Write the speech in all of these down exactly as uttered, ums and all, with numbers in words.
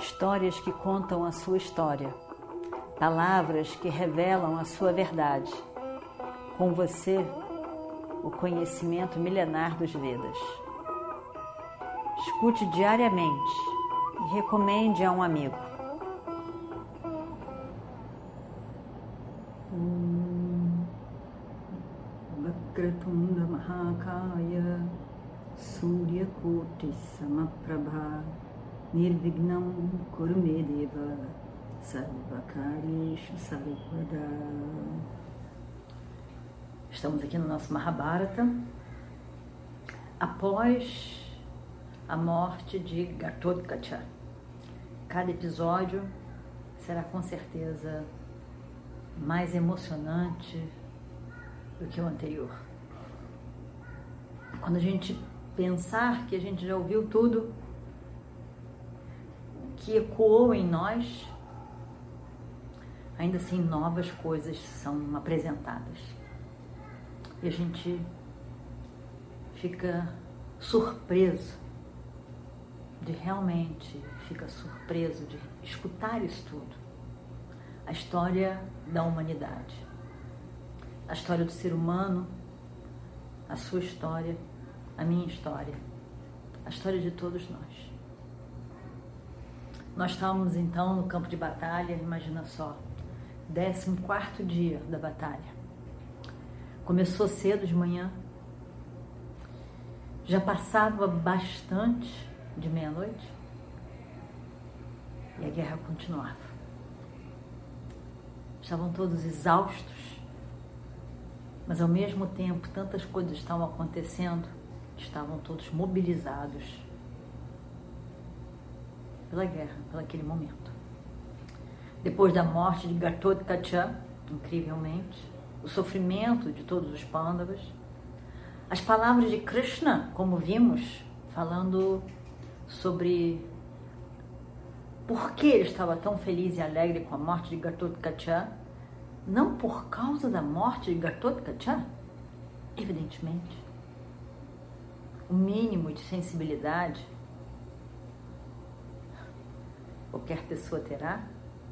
Histórias que contam a sua história, palavras que revelam a sua verdade. Com você, o conhecimento milenar dos Vedas. Escute diariamente e recomende a um amigo. Vakratunda Mahakaya Surya Koti Samaprabha Nirvignam Kurumedeva Sarvakarishu Sarvada. Estamos aqui no nosso Mahabharata, após a morte de Ghatotkacha. Cada episódio será com certeza mais emocionante do que o anterior. Quando a gente pensar que a gente já ouviu tudo que ecoou em nós, ainda assim novas coisas são apresentadas. E a gente fica surpreso de realmente, fica surpreso de escutar isso tudo. A história da humanidade, a história do ser humano, a sua história, a minha história, a história de todos nós. Nós estávamos então no campo de batalha, imagina só, décimo quarto dia da batalha. Começou cedo de manhã, já passava bastante de meia-noite e a guerra continuava. Estavam todos exaustos, mas ao mesmo tempo tantas coisas estavam acontecendo, estavam todos mobilizados pela guerra, por aquele momento. Depois da morte de Ghatotkacha, incrivelmente, o sofrimento de todos os Pandavas, as palavras de Krishna, como vimos, falando sobre por que ele estava tão feliz e alegre com a morte de Ghatotkacha, não por causa da morte de Ghatotkacha, evidentemente. O mínimo de sensibilidade qualquer pessoa terá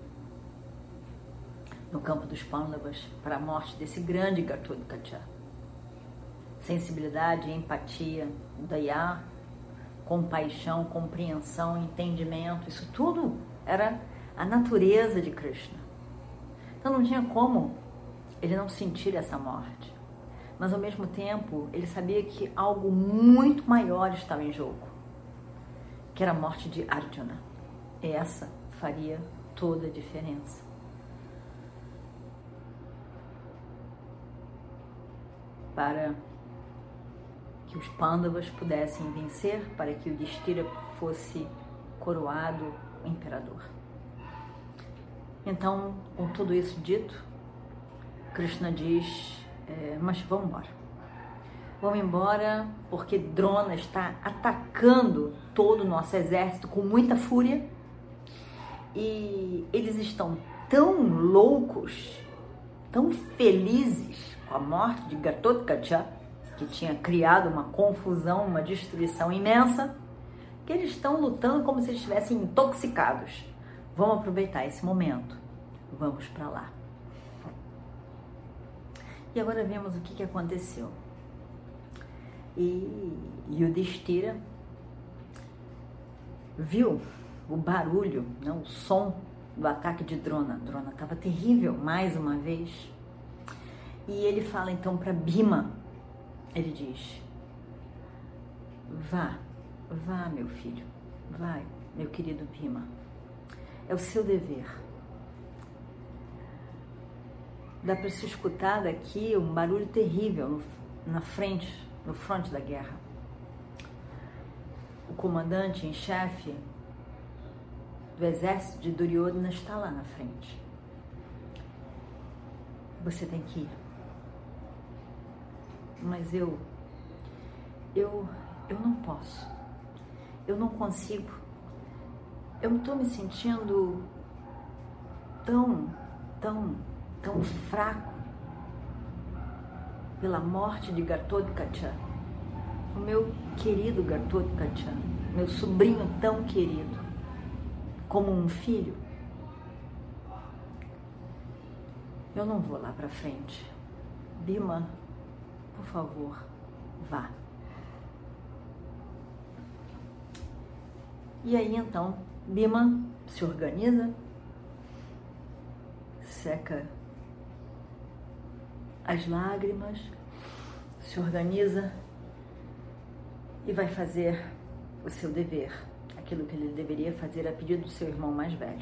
no campo dos Pandavas para a morte desse grande Ghatotkacha. Sensibilidade, empatia, daya, compaixão, compreensão, entendimento, isso tudo era a natureza de Krishna. Então não tinha como ele não sentir essa morte. Mas ao mesmo tempo ele sabia que algo muito maior estava em jogo, que era a morte de Arjuna. E essa faria toda a diferença. Para que os Pandavas pudessem vencer, para que o Yudhishthira fosse coroado imperador. Então, com tudo isso dito, Krishna diz, é, mas vamos embora. Vamos embora porque Drona está atacando todo o nosso exército com muita fúria e eles estão tão loucos, tão felizes com a morte de Ghatotkacha, que tinha criado uma confusão, uma destruição imensa, que eles estão lutando como se estivessem intoxicados. Vamos aproveitar esse momento. Vamos para lá. E agora vemos o que, que aconteceu. E Yudhishthira viu o barulho, né, o som do ataque de Drona. Drona estava terrível, mais uma vez. E ele fala então para Bhima, ele diz, vá, vá meu filho, vai, meu querido Bhima, é o seu dever. Dá para se escutar daqui um barulho terrível no, na frente, no fronte da guerra. O comandante em chefe do exército de Duryodhana está lá na frente. Você tem que ir. Mas eu, eu, eu não posso, eu não consigo, eu estou me sentindo tão, tão, tão fraco pela morte de Ghatotkacha, o meu querido Ghatotkacha, meu sobrinho tão querido. como um filho. Eu não vou lá para frente. Bhima, por favor, vá. E aí então, Bhima se organiza, seca as lágrimas, se organiza e vai fazer o seu dever, aquilo que ele deveria fazer a pedido do seu irmão mais velho.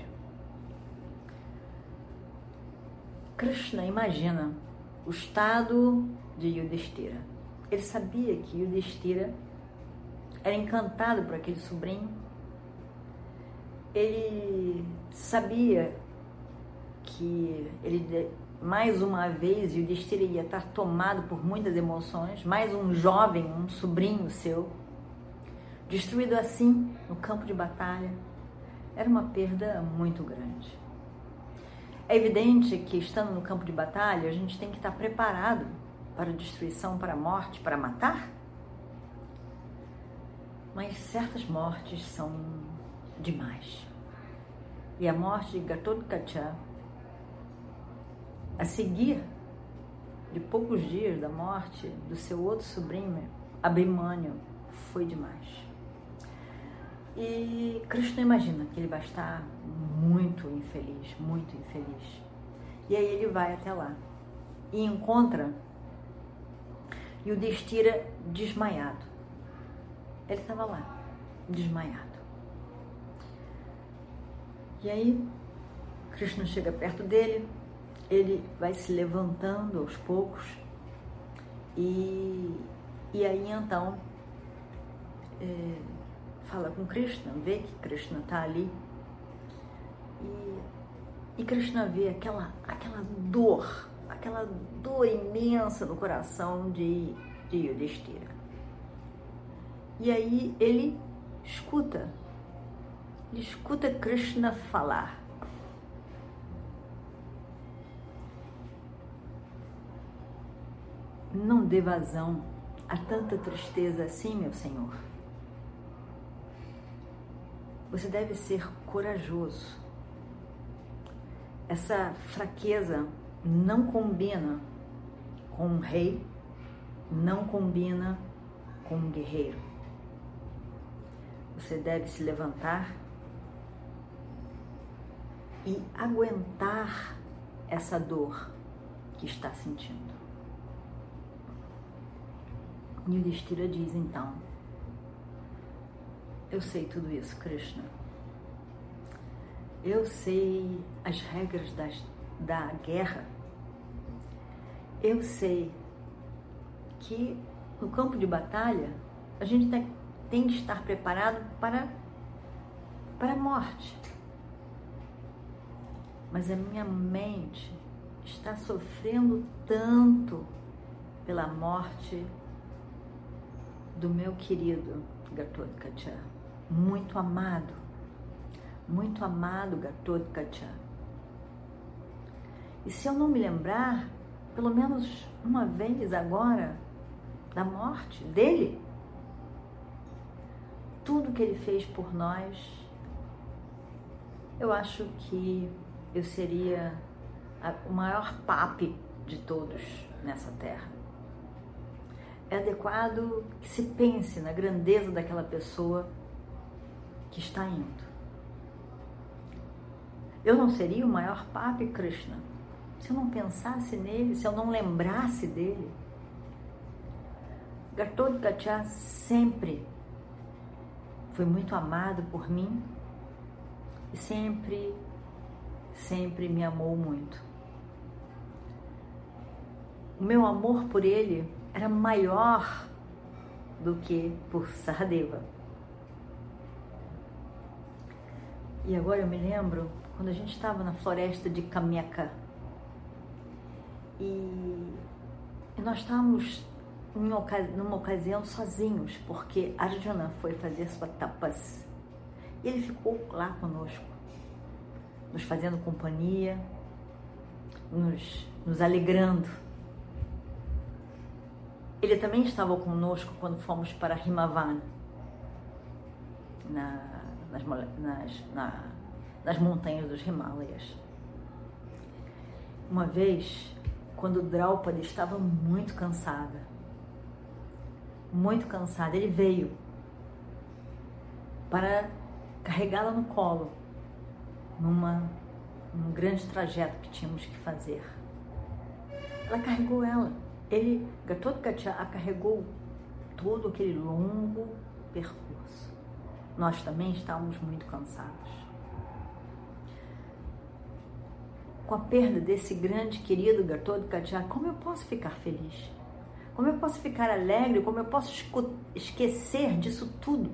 Krishna imagina o estado de Yudhishthira. Ele sabia que Yudhishthira era encantado por aquele sobrinho. Ele sabia que ele, mais uma vez, Yudhishthira ia estar tomado por muitas emoções, mais um jovem, um sobrinho seu, destruído assim no campo de batalha. Era uma perda muito grande. É evidente que, estando no campo de batalha, a gente tem que estar preparado para a destruição, para a morte, para matar. Mas certas mortes são demais. E a morte de Ghatotkacha, a seguir de poucos dias da morte do seu outro sobrinho, Abhimanyu, foi demais. E Krishna imagina que ele vai estar muito infeliz, muito infeliz. E aí ele vai até lá e encontra Yudhishthira desmaiado. Ele estava lá, desmaiado. E aí Krishna chega perto dele, ele vai se levantando aos poucos e, e aí então é, fala com Krishna, vê que Krishna está ali e, e Krishna vê aquela, aquela dor, aquela dor imensa no coração de, de Yudhishthira. E aí ele escuta, ele escuta Krishna falar. Não dê vazão a tanta tristeza assim, meu Senhor. Você deve ser corajoso. Essa fraqueza não combina com um rei, não combina com um guerreiro. Você deve se levantar e aguentar essa dor que está sentindo. Yudhishthira diz então: eu sei tudo isso, Krishna. Eu sei as regras das, da guerra. Eu sei que no campo de batalha a gente tem, tem que estar preparado para, para a morte. Mas a minha mente está sofrendo tanto pela morte do meu querido Ghatotkacha, muito amado, muito amado Ghatotkacha. E se eu não me lembrar, pelo menos uma vez agora, da morte dele, tudo que ele fez por nós, eu acho que eu seria o maior papi de todos nessa terra. É adequado que se pense na grandeza daquela pessoa que está indo. Eu não seria o maior papi, Krishna, se eu não pensasse nele, se eu não lembrasse dele. Ghatotkacha sempre foi muito amado por mim e sempre, sempre me amou muito. O meu amor por ele era maior do que por Sahadeva. E agora eu me lembro quando a gente estava na floresta de Kamyaka e, e nós estávamos em ocasi- numa ocasião sozinhos, porque Arjuna foi fazer sua tapas e ele ficou lá conosco, nos fazendo companhia, nos, nos alegrando. Ele também estava conosco quando fomos para Himavana, na, nas, nas, na, das montanhas dos Himalaias. Uma vez, quando Draupadi estava muito cansada, muito cansada, ele veio para carregá-la no colo, numa, num grande trajeto que tínhamos que fazer. Ela carregou ela. Ele, Ghatotkacha, a carregou todo aquele longo percurso. Nós também estávamos muito cansados. Com a perda desse grande querido Ghatotkacha, como eu posso ficar feliz? Como eu posso ficar alegre? Como eu posso esquecer disso tudo?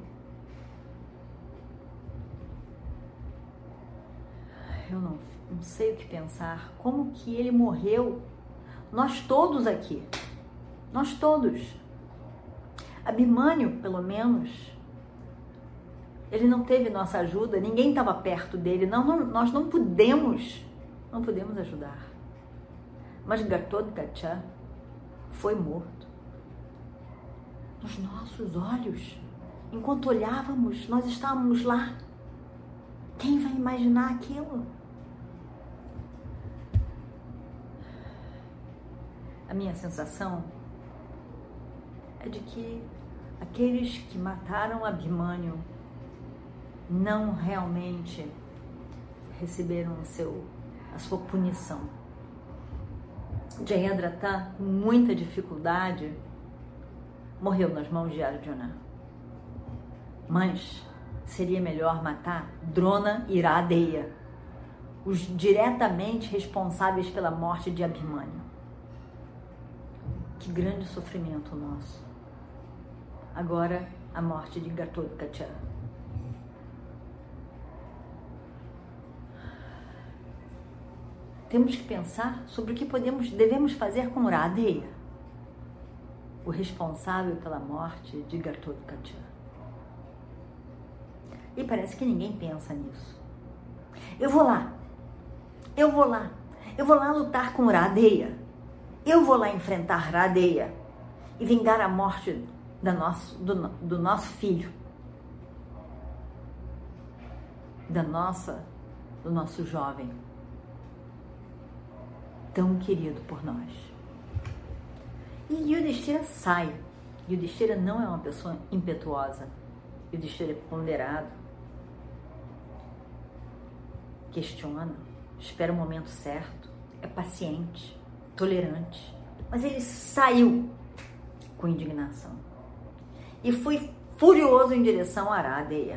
Eu não, não sei o que pensar. Como que ele morreu? Nós todos aqui. Nós todos. Abhimanyu, pelo menos, ele não teve nossa ajuda. Ninguém estava perto dele. Não, não, nós não pudemos, não pudemos ajudar. Mas Ghatotkacha foi morto. Nos nossos olhos. Enquanto olhávamos, nós estávamos lá. Quem vai imaginar aquilo? A minha sensação é de que aqueles que mataram Abhimanyu não realmente receberam o seu, a sua punição. Jayadratha, com muita dificuldade, morreu nas mãos de Arjuna. Mas seria melhor matar Drona e Iradeya, os diretamente responsáveis pela morte de Abhimanyu. Que grande sofrimento nosso. Agora, a morte de Ghatotkacha. Temos que pensar sobre o que podemos, devemos fazer com Iradeya, o responsável pela morte de Ghatotkacha. E parece que ninguém pensa nisso. Eu vou lá, eu vou lá, eu vou lá lutar com Iradeya. Eu vou lá enfrentar Iradeya e vingar a morte da nosso, do, do nosso filho, da nossa, do nosso jovem, tão querido por nós. E Yudhishthira sai. Yudhishthira não é uma pessoa impetuosa. Yudhishthira é ponderado, questiona, espera o momento certo, é paciente, tolerante, mas ele saiu com indignação e foi furioso em direção a Iradeya.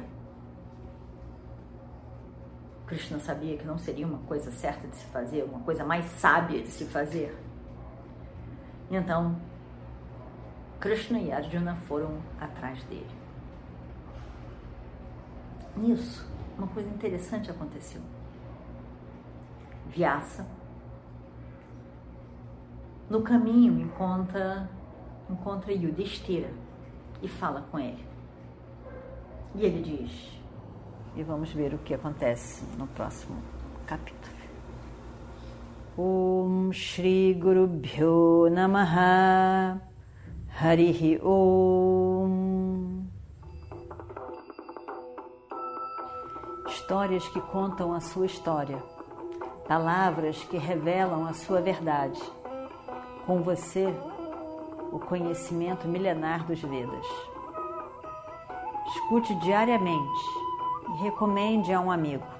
Krishna sabia que não seria uma coisa certa de se fazer, uma coisa mais sábia de se fazer. Então, Krishna e Arjuna foram atrás dele. Nisso, uma coisa interessante aconteceu. Vyasa, no caminho, encontra, encontra Yudhishthira e fala com ele. E ele diz, e vamos ver o que acontece no próximo capítulo. Om Shri Guru Bhyo Namaha Harihi Om. Histórias que contam a sua história, palavras que revelam a sua verdade. Com você, o conhecimento milenar dos Vedas. Escute diariamente e recomende a um amigo.